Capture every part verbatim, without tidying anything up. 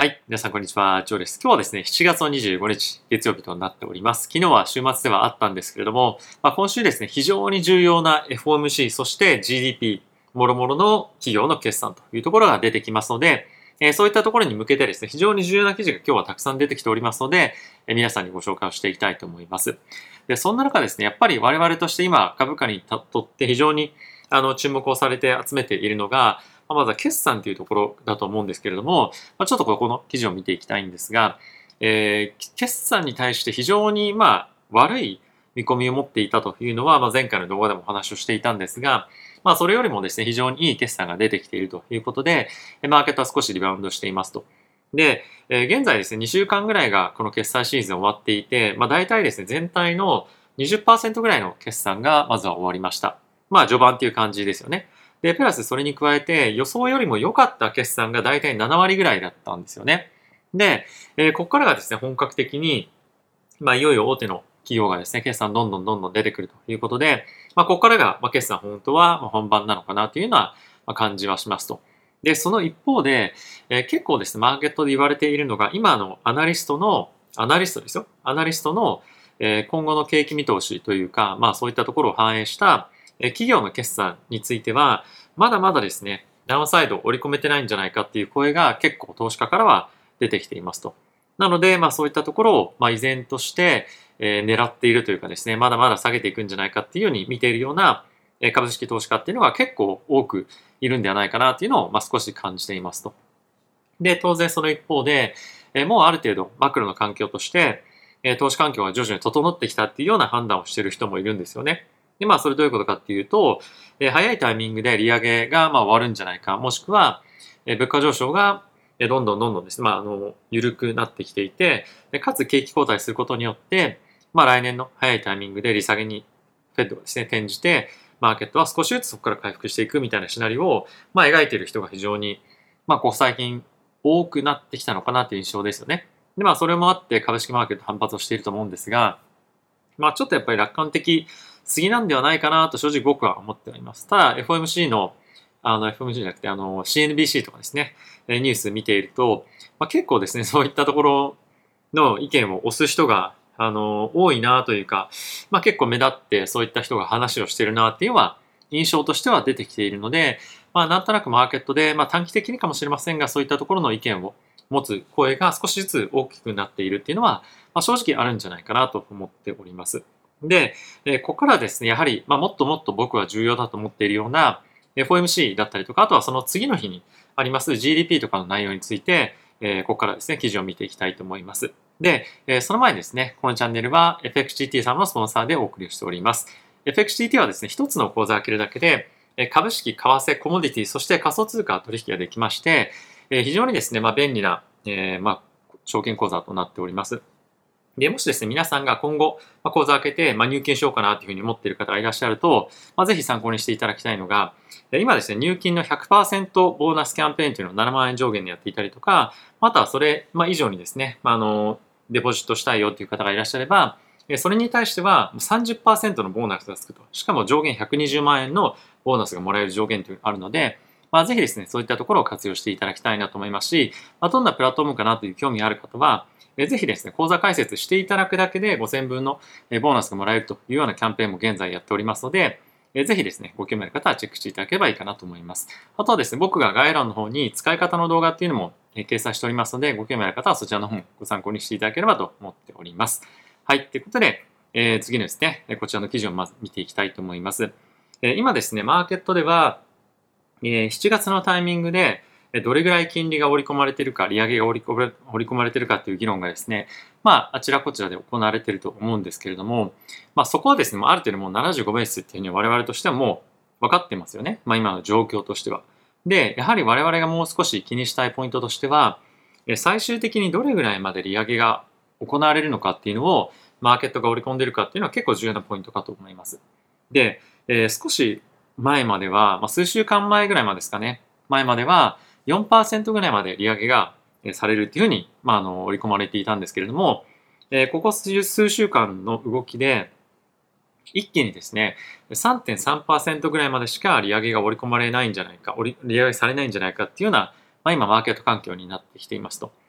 はい。皆さん、こんにちは。ジョーです。今日はですね、しちがつのにじゅうごにち、月曜日となっております。昨日は週末ではあったんですけれども、まあ、今週ですね、非常に重要な エフオーエムシー、そして ジーディーピー、もろもろの企業の決算というところが出てきますので、えーそういったところに向けてですね、非常に重要な記事が今日はたくさん出てきておりますので、えー皆さんにご紹介をしていきたいと思います。で、そんな中ですね、やっぱり我々として今、株価にとって非常にあの注目をされて集めているのが、まあまずは決算というところだと思うんですけれども、まあ、ちょっとここの記事を見ていきたいんですが、えー決算に対して非常にまあ悪い見込みを持っていたというのは、まあ、前回の動画でもお話をしていたんですが、まあ、それよりもですね、非常にいい決算が出てきているということで、マーケットは少しリバウンドしていますと。で、えー現在ですね、にしゅうかんぐらいがこの決算シーズン終わっていて、まあ、大体ですね、全体のにじゅっパーセントぐらいの決算がまずは終わりました。まあ、序盤っていう感じですよね。で、プラスそれに加えて予想よりも良かった決算が大体ななわりぐらいだったんですよね。で、えーここからがですね、本格的に、まあ、いよいよ大手の企業がですね、決算どんどんどんどん出てくるということで、まあ、ここからが、まあ、決算本当はまあ本番なのかなというようなまあ感じはしますと。で、その一方で、えー結構ですね、マーケットで言われているのが、今のアナリストの、アナリストですよ。アナリストの、えー今後の景気見通しというか、まあそういったところを反映した、えー企業の決算については、まだまだですね、ダウンサイドを織り込めてないんじゃないかっていう声が結構投資家からは出てきていますと。なので、まあそういったところを、まあ依然として、えー狙っているというかですね、まだまだ下げていくんじゃないかっていうように見ているようなえー株式投資家っていうのが結構多くいるんではないかなっていうのを、まあ、少し感じていますと。で、当然その一方で、えーもうある程度マクロの環境として、えー投資環境が徐々に整ってきたっていうような判断をしている人もいるんですよね。で、まあ、それどういうことかっていうと、えー早いタイミングで利上げがまあ終わるんじゃないか、もしくは、えー物価上昇がえーどんどんどんどんですね、まあ、あの、緩くなってきていて、でかつ景気後退することによって、まあ、来年の早いタイミングで利下げにフェットがですね、転じて、マーケットは少しずつそこから回復していくみたいなシナリオを、まあ、描いている人が非常に、まあ、こう最近多くなってきたのかなという印象ですよね。で、まあ、それもあって株式マーケット反発をしていると思うんですが、まあ、ちょっとやっぱり楽観的すぎなんではないかなと正直僕は思っております。ただ、エフオーエムシー の、あの、エフオーエムシー じゃなくて、あの、シーエヌビーシー とかですね、ニュース見ていると、まあ、結構ですね、そういったところの意見を押す人が、あの、多いなというか、まあ、結構目立ってそういった人が話をしているなっていうのは印象としては出てきているので、まあ、なんとなくマーケットで、まあ、短期的にかもしれませんが、そういったところの意見を持つ声が少しずつ大きくなっているっていうのは、まあ、正直あるんじゃないかなと思っております。で、えーここからですね、やはり、まあ、もっともっと僕は重要だと思っているような エフオーエムシー だったりとか、あとはその次の日にあります ジーディーピー とかの内容について、えーここからですね、記事を見ていきたいと思います。で、えーその前にですね、このチャンネルは エフエックスジーティー さんのスポンサーでお送りしております。エフエックスジーティー はですね、一つの口座を開けるだけで、えー株式、為替、コモディティ、そして仮想通貨取引ができまして、えー非常にですね、まあ、便利な、えーまあ、証券口座となっております。で、もしですね、皆さんが今後、まあ、口座を開けて、まあ、入金しようかなというふうに思っている方がいらっしゃると、まあ、ぜひ参考にしていただきたいのが、今ですね、入金の ひゃくパーセント ボーナスキャンペーンというのをななまんえん上限でやっていたりとか、またはそれ、まあ、以上にですね、まあ、あの、デポジットしたいよという方がいらっしゃれば、それに対してはさんじゅっパーセントのボーナスがつくと。しかも上限ひゃくにじゅうまんえんのボーナスがもらえる上限というのがあるので、まあ、ぜひですね、そういったところを活用していただきたいなと思いますし、まあ、どんなプラットフォームかなという興味がある方は、えぜひですね、口座開設していただくだけでごせんぶんのボーナスがもらえるというようなキャンペーンも現在やっておりますので、えぜひですね、ご興味ある方はチェックしていただければいいかなと思います。あとはですね、僕が概要欄の方に使い方の動画っていうのも掲載しておりますので、ご興味ある方はそちらの方もご参考にしていただければと思っております。はい、ということで、えー次のですね、こちらの記事をまず見ていきたいと思います。えー今ですね、マーケットでは、えーしちがつのタイミングで、どれぐらい金利が織り込まれているか、利上げが織り込まれているかという議論がですね、まあ、あちらこちらで行われていると思うんですけれども、まあ、そこはですね、ある程度もうななじゅうごベースっていうふうに我々としてはもう分かってますよね。まあ、今の状況としては。で、やはり我々がもう少し気にしたいポイントとしては、最終的にどれぐらいまで利上げが行われるのかっていうのを、マーケットが織り込んでいるかっていうのは結構重要なポイントかと思います。で、えー少し前までは、まあ、数週間前ぐらいまでですかね、前まではよんパーセントぐらいまで利上げがされるっていうふうに、まあ、あの織り込まれていたんですけれども、えーここ数週間の動きで一気にですね さんてんさんパーセント ぐらいまでしか利上げが織り込まれないんじゃないか、利上げされないんじゃないかっていうような、まあ、今マーケット環境になってきていますと。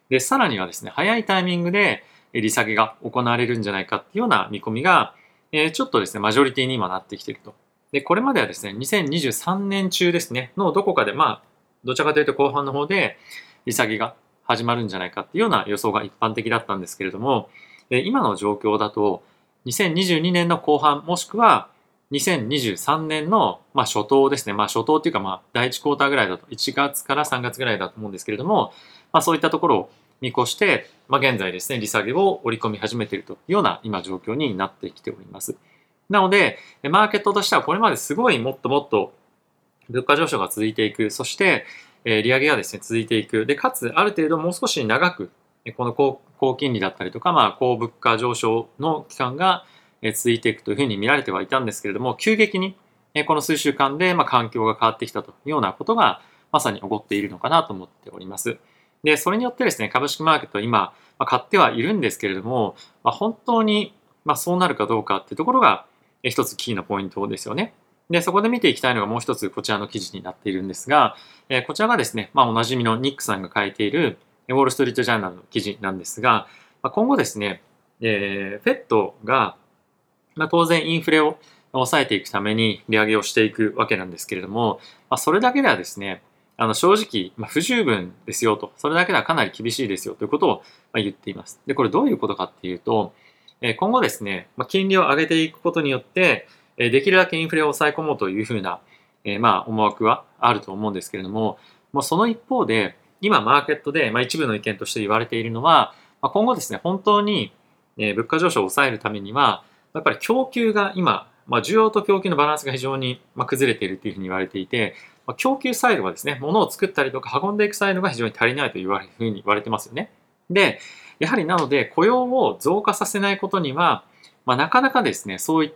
で、さらにはですね、早いタイミングで利下げが行われるんじゃないかっていうような見込みが、えーちょっとですね、マジョリティに今なってきていると。で、これまではですね、にせんにじゅうさんねん中ですね、のどこかで、まあ、どちらかというと後半の方で利下げが始まるんじゃないかっていうような予想が一般的だったんですけれども、えー今の状況だと、にせんにじゅうにねんの後半、もしくはにせんにじゅうさんねんの、まあ、初頭ですね。まあ、初頭っていうか、まあ、だいいちクォーターぐらいだと、いちがつからさんがつぐらいだと思うんですけれども、まあ、そういったところを見越して、まあ、現在ですね、利下げを織り込み始めているというような今状況になってきております。なので、マーケットとしてはこれまですごいもっともっと物価上昇が続いていく、そして、えー利上げがですね、続いていく。で、かつ、ある程度もう少し長く、えーこの高高金利だったりとか、まあ、高物価上昇の期間がえー続いていくというふうに見られてはいたんですけれども、急激にえーこの数週間でまあ環境が変わってきたというようなことがまさに起こっているのかなと思っております。で、それによってですね、株式マーケットは今、まあ、買ってはいるんですけれども、まあ、本当にまあそうなるかどうかっていうところがえー一つキーなポイントですよね。で、そこで見ていきたいのがもう一つこちらの記事になっているんですが、えーこちらがですね、まあおなじみのニックさんが書いているウォール・ストリート・ジャーナルの記事なんですが、まあ、今後ですね、えー、フェットが、まあ、当然インフレを抑えていくために利上げをしていくわけなんですけれども、まあ、それだけではですね、あの正直、まあ、不十分ですよと、それだけではかなり厳しいですよということをまあ言っています。で、これどういうことかっていうと、えー今後ですね、まあ、金利を上げていくことによって、えーできるだけインフレを抑え込もうというふうな、えーまあ思惑はあると思うんですけれども、もうその一方で、今マーケットで、まあ、一部の意見として言われているのは、まあ、今後ですね、本当に、えー物価上昇を抑えるためには、やっぱり供給が今、まあ、需要と供給のバランスが非常にまあ崩れているというふうに言われていて、まあ、供給サイドがですね、物を作ったりとか運んでいくサイドが非常に足りないというふうに言われてますよね。で、やはりなので雇用を増加させないことには、まあ、なかなかですね、そういった、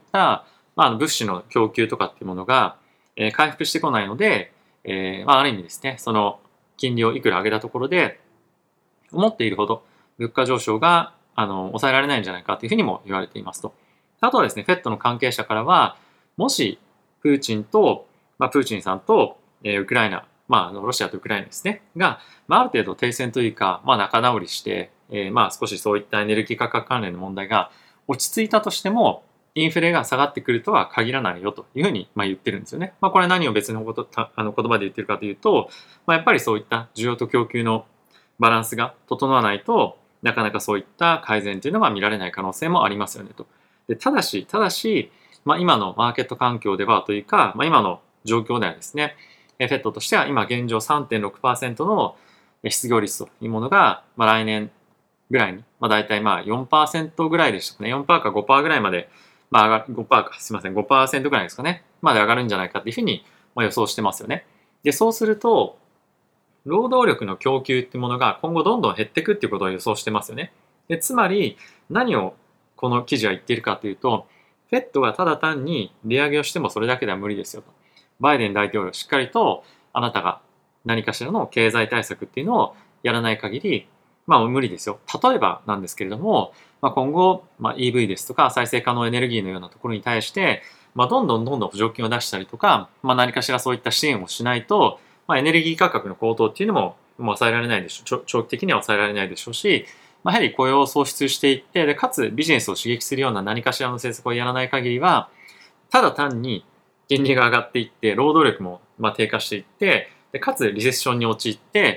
まあ、物資の供給とかっていうものが、えー回復してこないので、えーまあ、ある意味ですね、その金利をいくら上げたところで、思っているほど物価上昇があの抑えられないんじゃないかというふうにも言われていますと。あとはですね、フェットの関係者からは、もしプーチンと、まあ、プーチンさんと、えーウクライナ、まあ、あのロシアとウクライナですね、が、まあ、ある程度停戦というか、まあ、仲直りして、えーまあ、少しそういったエネルギー価格関連の問題が落ち着いたとしても、インフレが下がってくるとは限らないよというふうにまあ言ってるんですよね。まあ、これは何を別のことたあの言葉で言ってるかというと、まあ、やっぱりそういった需要と供給のバランスが整わないとなかなかそういった改善というのは見られない可能性もありますよねと。でただし、ただし、まあ、今のマーケット環境ではというか、まあ、今の状況ではですね、フェットとしては今現状 さんてんろくパーセント の失業率というものが、まあ、来年ぐらいに、まあ、大体まあ よんパーセント ぐらいでしたかね、よんパーセント か ごパーセント ぐらいまで、まあ、上がごパーセントか、すみません、ごパーセント ぐらいですかね、まで上がるんじゃないかっていうふうにまあ予想してますよね。で、そうすると、労働力の供給っていうものが今後どんどん減っていくっていうことを予想してますよね。でつまり何をこの記事は言っているかというと、フェットがただ単に利上げをしてもそれだけでは無理ですよと。バイデン大統領しっかりとあなたが何かしらの経済対策っていうのをやらない限り、まあ無理ですよ。例えばなんですけれども、まあ、今後、まあ、イーブイ ですとか再生可能エネルギーのようなところに対して、まあ、どんどんどんどん補助金を出したりとか、まあ、何かしらそういった支援をしないと、まあ、エネルギー価格の高騰っていうのももう抑えられないでしょう。長期的には抑えられないでしょうし、まあ、やはり雇用を創出していって、で、かつビジネスを刺激するような何かしらの政策をやらない限りは、ただ単に金利が上がっていって、労働力もまあ低下していって、でかつリセッションに陥って、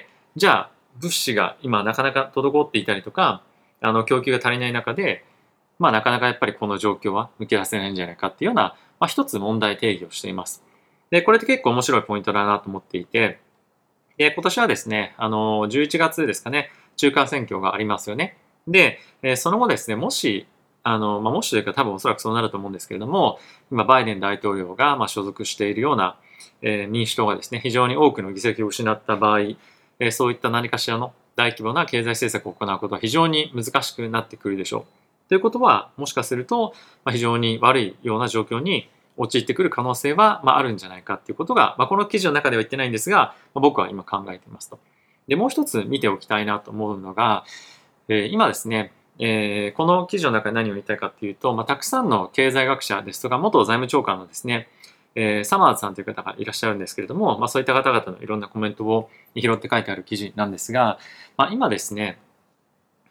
じゃあ物資が今なかなか滞っていたりとか、あの供給が足りない中で、まあなかなかやっぱりこの状況は抜け出せないんじゃないかっていうような、まあ、一つ問題定義をしています。で、これって結構面白いポイントだなと思っていて、で、今年はですね、あの、じゅういちがつですかね、中間選挙がありますよね。で、えーその後ですね、もし、あの、まあ、もしというか多分おそらくそうなると思うんですけれども、今、バイデン大統領がまあ所属しているような、えー民主党がですね、非常に多くの議席を失った場合、えーそういった何かしらの大規模な経済政策を行うことは非常に難しくなってくるでしょう。ということは、もしかすると、まあ、非常に悪いような状況に陥ってくる可能性は、まあ、あるんじゃないかっていうことが、まあ、この記事の中では言ってないんですが、まあ、僕は今考えていますと。で、もう一つ見ておきたいなと思うのが、えー今ですね、えーこの記事の中で何を言いたいかっていうと、まあ、たくさんの経済学者ですとか、元財務長官のですね、えーサマーズさんという方がいらっしゃるんですけれども、まあ、そういった方々のいろんなコメントを拾って書いてある記事なんですが、まあ、今ですね、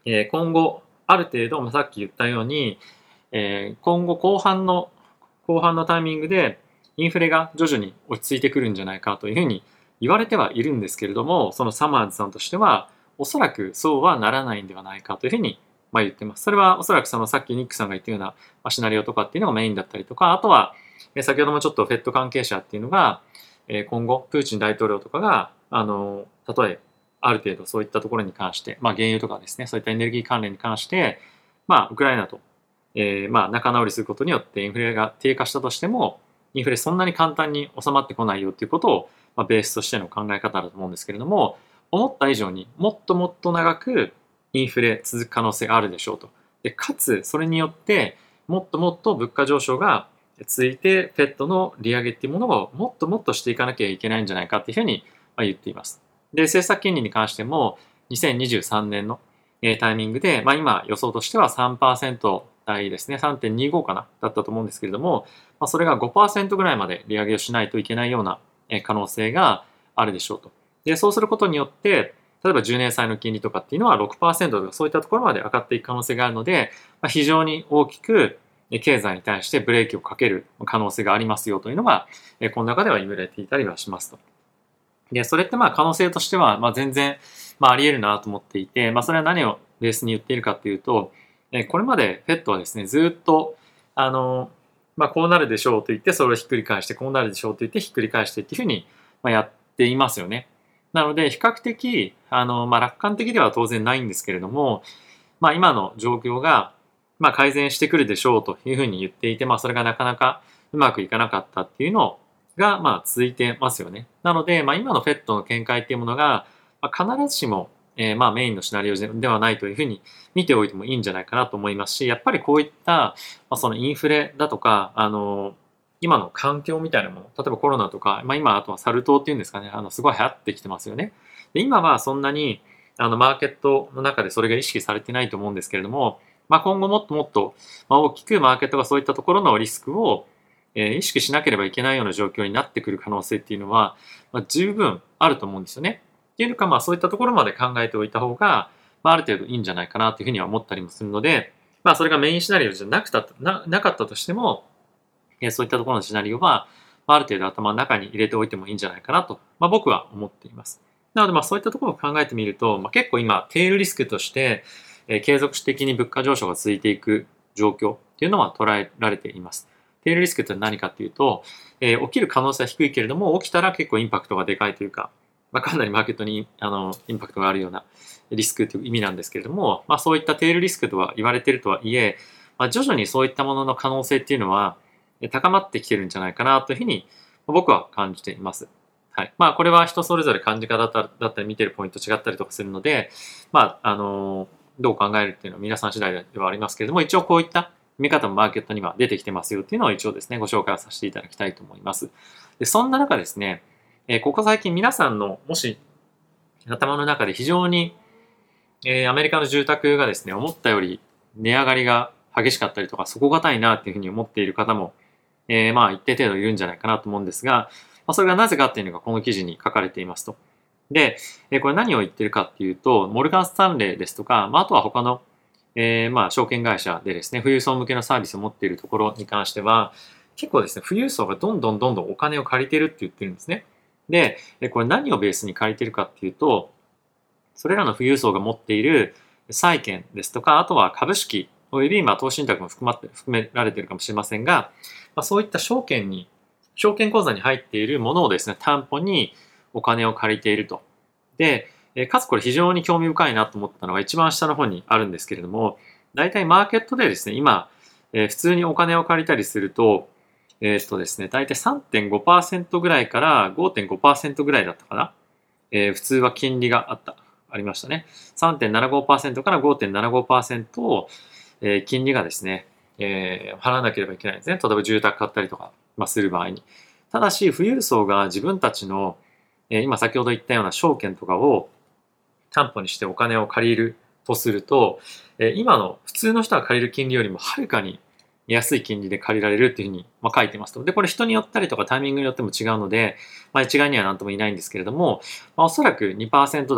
えー今後、ある程度、まあ、さっき言ったように、えー今後後半の、後半のタイミングでインフレが徐々に落ち着いてくるんじゃないかというふうに言われてはいるんですけれども、そのサマーズさんとしては、おそらくそうはならないんではないかというふうにまあ言ってます。それはおそらくそのさっきニックさんが言ったようなシナリオとかっていうのがメインだったりとか、あとは先ほどもちょっとフェット関係者っていうのが今後プーチン大統領とかがあの例えある程度そういったところに関して、まあ、原油とかですね、そういったエネルギー関連に関して、まあ、ウクライナと、えー、まあ仲直りすることによってインフレが低下したとしても、インフレそんなに簡単に収まってこないよっていうことを、まあ、ベースとしての考え方だと思うんですけれども、思った以上にもっともっと長くインフレ続く可能性があるでしょうと。で、かつ、それによって、もっともっと物価上昇が続いて、フェットの利上げっていうものをもっともっとしていかなきゃいけないんじゃないかっていうふうに言っています。で、政策金利に関しても、にせんにじゅうさんねんのタイミングで、まあ、今予想としてはさんパーセント台ですね、さんてんにごかな、だったと思うんですけれども、まあ、それがごパーセントぐらいまで利上げをしないといけないような可能性があるでしょうと。で、そうすることによって、例えばじゅうねん債の金利とかっていうのは ろくパーセント とかそういったところまで上がっていく可能性があるので、まあ、非常に大きく経済に対してブレーキをかける可能性がありますよというのが、この中では言われていたりはしますと。で、それってまあ可能性としては、まあ、全然、まあ、あり得るなと思っていて、まあ、それは何をベースに言っているかっていうと、これまでフェットはですね、ずっと、あの、まあ、こうなるでしょうと言って、それをひっくり返して、こうなるでしょうと言ってひっくり返してっていうふうにやっていますよね。なので、比較的、あの、まあ、楽観的では当然ないんですけれども、まあ、今の状況が、まあ、改善してくるでしょうというふうに言っていて、まあ、それがなかなかうまくいかなかったっていうのが、まあ、続いてますよね。なので、まあ、今のフェットの見解っていうものが、まあ、必ずしも、えー、まあ、メインのシナリオではないというふうに見ておいてもいいんじゃないかなと思いますし、やっぱりこういった、まあ、そのインフレだとか、あの、今の環境みたいなもの、例えばコロナとか、まあ、今あとはサル痘っていうんですかね、あのすごい流行ってきてますよね。で今はそんなにあのマーケットの中でそれが意識されてないと思うんですけれども、まあ、今後もっともっと大きくマーケットがそういったところのリスクを意識しなければいけないような状況になってくる可能性っていうのは、まあ、十分あると思うんですよね。っていうか、まあそういったところまで考えておいた方が、まあ、ある程度いいんじゃないかなというふうには思ったりもするので、まあそれがメインシナリオじゃなくたななかったとしても、そういったところのシナリオは、ある程度頭の中に入れておいてもいいんじゃないかなと、まあ、僕は思っています。なので、まあそういったところを考えてみると、まあ、結構今、テールリスクとして、えー、継続的に物価上昇が続いていく状況っていうのは捉えられています。テールリスクって何かっていうと、えー、起きる可能性は低いけれども、起きたら結構インパクトがでかいというか、まあ、かなりマーケットにあのインパクトがあるようなリスクという意味なんですけれども、まあ、そういったテールリスクとは言われているとはいえ、まあ、徐々にそういったものの可能性っていうのは、高まってきてるんじゃないかなというふうに僕は感じています。はい。まあこれは人それぞれ感じ方だったり見てるポイント違ったりとかするので、まああのどう考えるっていうのは皆さん次第ではありますけれども、一応こういった見方もマーケットには出てきてますよっていうのを一応ですね、ご紹介をさせていただきたいと思います。で、そんな中ですね、えここ最近皆さんのもし頭の中で非常に、えー、アメリカの住宅がですね、思ったより値上がりが激しかったりとか、底堅いなっていうふうに思っている方もえー、まあ一定程度いるんじゃないかなと思うんですが、まあ、それがなぜかっていうのがこの記事に書かれていますと。で、えー、これ何を言ってるかっていうと、モルガン・スタンレーですとか、まあ、あとは他の、えー、まあ証券会社でですね、富裕層向けのサービスを持っているところに関しては、結構ですね、富裕層がどんどんどんどんお金を借りてるって言ってるんですね。で、これ何をベースに借りてるかっていうと、それらの富裕層が持っている債券ですとか、あとは株式およびまあ投資信託も含まって含められているかもしれませんが、まあ、そういった証券に、証券口座に入っているものをですね、担保にお金を借りていると。で、かつこれ非常に興味深いなと思ったのが一番下の方にあるんですけれども、大体マーケットでですね、今、えー、普通にお金を借りたりすると、えー、っとですね、大体 さんてんごパーセント ぐらいから ごてんごパーセント ぐらいだったかな。えー、普通は金利があった、ありましたね。さんてんななごパーセント から ごてんななごパーセント を、えー、金利がですね、えー、払わなければいけないんですね。例えば住宅買ったりとか、まあ、する場合に。ただし、富裕層が自分たちの、えー、今先ほど言ったような証券とかを担保にしてお金を借りるとすると、えー、今の普通の人が借りる金利よりもはるかに安い金利で借りられるっていうふうに、まあ、書いてますと。で、これ人によったりとかタイミングによっても違うので、まあ、一概には何とも言えないんですけれども、まあ、おそらくにパーセント台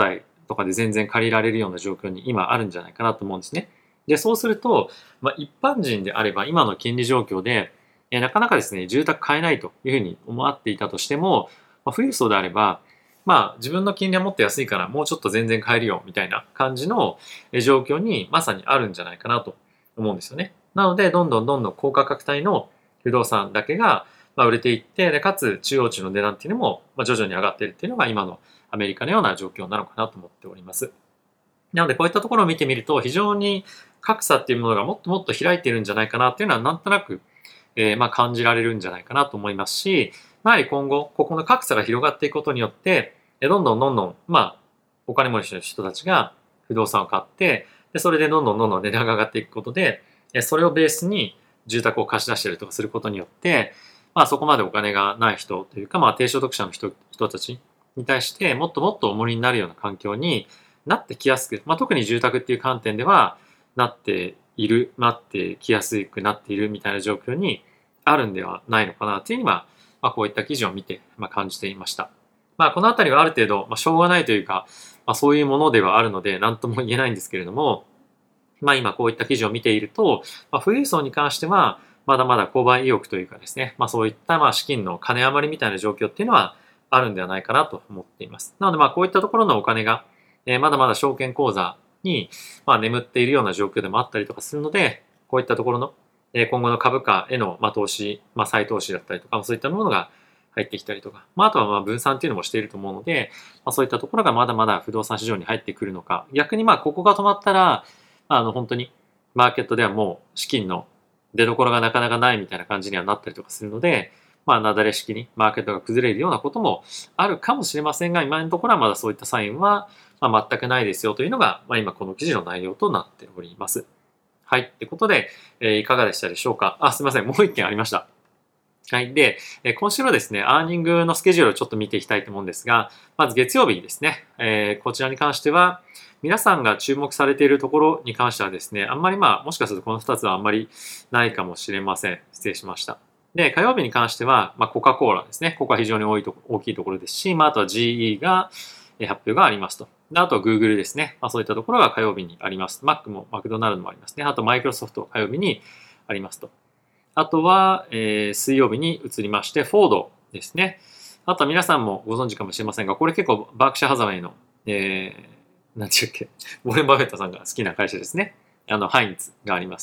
とかで全然借りられるような状況に今あるんじゃないかなと思うんですね。で、そうすると、まあ、一般人であれば今の金利状況で、えなかなかですね、住宅買えないというふうに思っていたとしても、まあ、富裕層であれば、まあ自分の金利はもっと安いからもうちょっと全然買えるよみたいな感じの状況にまさにあるんじゃないかなと思うんですよね。なので、どんどんどんどん高価格帯の不動産だけが売れていって、でかつ中央値の値段っていうのも徐々に上がっているっていうのが今のアメリカのような状況なのかなと思っております。なのでこういったところを見てみると非常に格差っていうものがもっともっと開いているんじゃないかなっていうのはなんとなく、えー、まあ感じられるんじゃないかなと思いますし、やはり今後ここの格差が広がっていくことによってどんどんどんどんまあお金持ちの人たちが不動産を買ってでそれでどんどんどんどん値段が上がっていくことでそれをベースに住宅を貸し出したりとかすることによってまあそこまでお金がない人というかまあ低所得者の人人たちに対してもっともっと重荷になるような環境になってきやすく、まあ、特に住宅っていう観点ではなっている、なってきやすくなっているみたいな状況にあるんではないのかなというには、まあ、こういった記事を見て、まあ、感じていました。まあ、このあたりはある程度、まあ、しょうがないというか、まあ、そういうものではあるので何とも言えないんですけれども、まあ、今こういった記事を見ていると、まあ、富裕層に関してはまだまだ購買意欲というかですね、まあ、そういったまあ資金の金余りみたいな状況っていうのはあるんではないかなと思っています。なのでまあこういったところのお金がえー、まだまだ証券口座に、まあ、眠っているような状況でもあったりとかするので、こういったところの、えー、今後の株価への、まあ、投資、まあ、再投資だったりとか、そういったものが入ってきたりとか、まあ、あとはまあ分散っていうのもしていると思うので、まあ、そういったところがまだまだ不動産市場に入ってくるのか、逆にまあここが止まったら、まあ、あの本当にマーケットではもう資金の出所がなかなかないみたいな感じにはなったりとかするので、まあ、なだれ式にマーケットが崩れるようなこともあるかもしれませんが、今のところはまだそういったサインはまあ、全くないですよというのが、まあ、今この記事の内容となっております。はい。ってことで、えー、いかがでしたでしょうか。あ、すみません。もう一件ありました。はい。で、えー、今週のですね、アーニングのスケジュールをちょっと見ていきたいと思うんですが、まず月曜日にですね、えー、こちらに関しては、皆さんが注目されているところに関してはですね、あんまりまあ、もしかするとこのふたつはあんまりないかもしれません。失礼しました。で、火曜日に関しては、まあ、コカ・コーラですね。ここは非常に多いと大きいところですし、まあ、あとは ジーイー が発表がありますと。あとは Google ですね。まあ、そういったところが火曜日にあります。Mac もマクドナルドもありますね。あと Microsoft 火曜日にありますと。あとは、えー、水曜日に移りまして、フォードですね。あとは皆さんもご存知かもしれませんが、これ結構バークシャーハザウェイの、えー、なんていうっけ、ウォーレン・バフェットさんが好きな会社ですね。あの、ハインツがあります。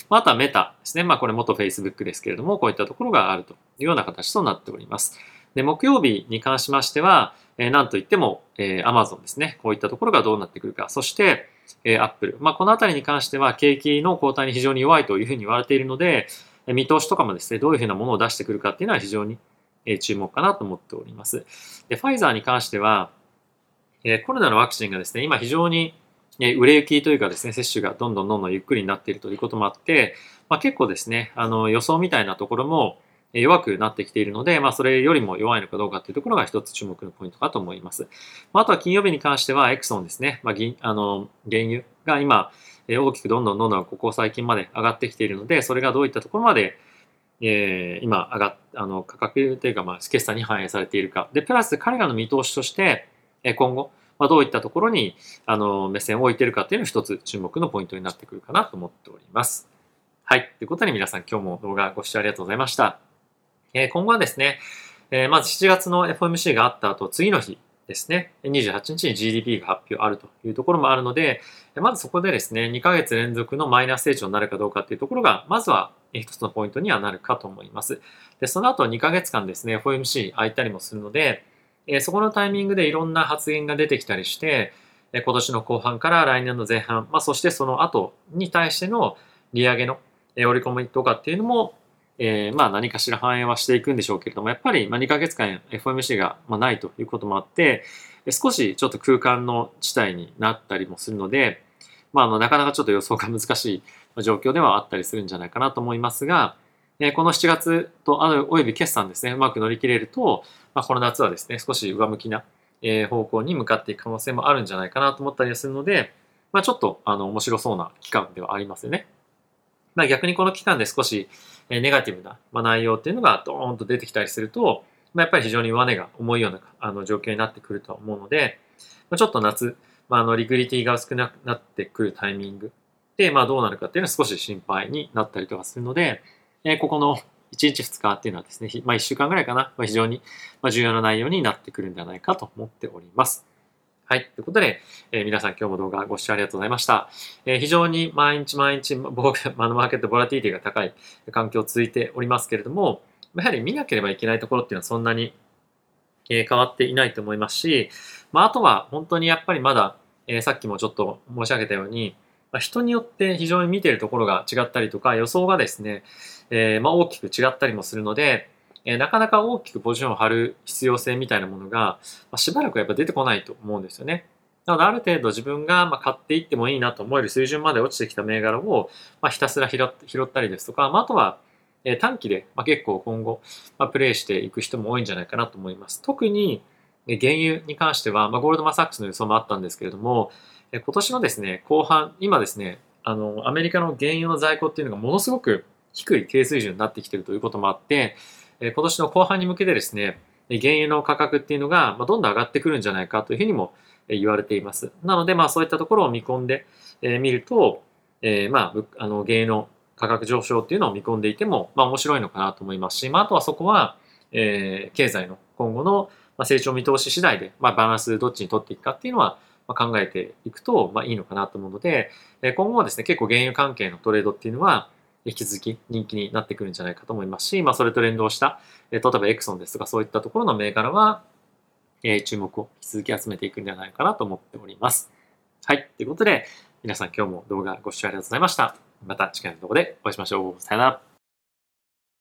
あとはメタですね。まあこれ元 Facebook ですけれども、こういったところがあるというような形となっております。で、木曜日に関しましては、えー、なんといっても、えー、Amazon ですね。こういったところがどうなってくるか。そして、えー、Apple。まあ、このあたりに関しては、景気の後退に非常に弱いというふうに言われているので、見通しとかもですね、どういうふうなものを出してくるかっていうのは非常に注目かなと思っております。で、ファイザーに関しては、えー、コロナのワクチンがですね、今非常に売れ行きというかですね、接種がどんどんどんどんゆっくりになっているということもあって、まあ、結構ですね、あの予想みたいなところも弱くなってきているので、まあ、それよりも弱いのかどうかというところが一つ注目のポイントかと思います。まあ、あとは金曜日に関してはエクソンですね、まあ、銀あの原油が今大きくどんどんどんどんここ最近まで上がってきているので、それがどういったところまでえー、今上がっあの価格というか、まあ、決算に反映されているか。で、プラス彼らの見通しとして、今後、まあ、どういったところにあの目線を置いているかというのが一つ注目のポイントになってくるかなと思っております。はい。ということで皆さん今日も動画ご視聴ありがとうございました。えー、今後はですね、えー、まずしちがつの エフオーエムシー があった後、次の日ですね、にじゅうはちにちに ジーディーピー が発表あるというところもあるので、まずそこでですね、にかげつ連続のマイナス成長になるかどうかというところが、まずは一つのポイントにはなるかと思います。で、その後にかげつかんですね、エフオーエムシー 空いたりもするので、えー、そこのタイミングでいろんな発言が出てきたりして、えー、今年の後半から来年の前半、まあ、そしてその後に対しての利上げの、えー、織り込みとかっていうのも、えー、まあ何かしら反映はしていくんでしょうけれども、やっぱりにかげつかん エフオーエムシー がないということもあって、少しちょっと空間の地帯になったりもするので、まあ、あのなかなかちょっと予想が難しい状況ではあったりするんじゃないかなと思いますが、このしちがつとあるおよび決算ですね、うまく乗り切れると、まあ、この夏はですね、少し上向きな方向に向かっていく可能性もあるんじゃないかなと思ったりするので、まあ、ちょっとあの面白そうな期間ではありますよね。まあ、逆にこの期間で少しネガティブな内容っていうのがドーンと出てきたりすると、まあ、やっぱり非常に上値が重いようなあの状況になってくるとは思うので、ちょっと夏、 まあ、あの、リクリティが少なくなってくるタイミングで、まあ、どうなるかっていうのは少し心配になったりとかするので、えーここのいちにちふつかっていうのはですね、ひまあ、いっしゅうかんぐらいかな、まあ、非常にまあ重要な内容になってくるんではないかと思っております。はい。ということで、えー皆さん今日も動画ご視聴ありがとうございました。えー非常に毎日毎日、ボあのマーケットボラティリティが高い環境続いておりますけれども、やはり見なければいけないところっていうのはそんなにえー変わっていないと思いますし、まあ、あとは本当にやっぱりまだ、えーさっきもちょっと申し上げたように、まあ、人によって非常に見ているところが違ったりとか、予想がですね、えーまあ、大きく違ったりもするので、えーなかなか大きくポジションを張る必要性みたいなものが、まあ、しばらくやっぱ出てこないと思うんですよね。なので、ある程度自分がまあ買っていってもいいなと思える水準まで落ちてきた銘柄を、まあ、ひたすら拾っ拾ったりですとか、まあ、あとは、えー短期で、まあ、結構今後、まあ、プレイしていく人も多いんじゃないかなと思います。特にえー原油に関しては、まあ、ゴールドマン・サックスの予想もあったんですけれども、えー今年のですね、後半、今ですね、あの、アメリカの原油の在庫っていうのがものすごく低い低水準になってきているということもあって、えー今年の後半に向けてですね、えー原油の価格っていうのが、まあ、どんどん上がってくるんじゃないかというふうにもえー言われています。なので、まあ、そういったところを見込んでえー見ると、えーまあ、ぶあの、原油の価格上昇っていうのを見込んでいても、まあ、面白いのかなと思いますし、まあ、あとはそこは、えー経済の今後のまあ成長見通し次第で、まあ、バランスどっちに取っていくかっていうのは、まあ、考えていくと、まあ、いいのかなと思うので、えー今後はですね、結構原油関係のトレードっていうのは、引き続き人気になってくるんじゃないかと思いますし、まあ、それと連動した、えー例えばエクソンですとかそういったところの銘柄は、えー注目を引き続き集めていくんではないかなと思っております。はい。ということで、皆さん今日も動画ご視聴ありがとうございました。また次回の動画でお会いしましょう。さよなら。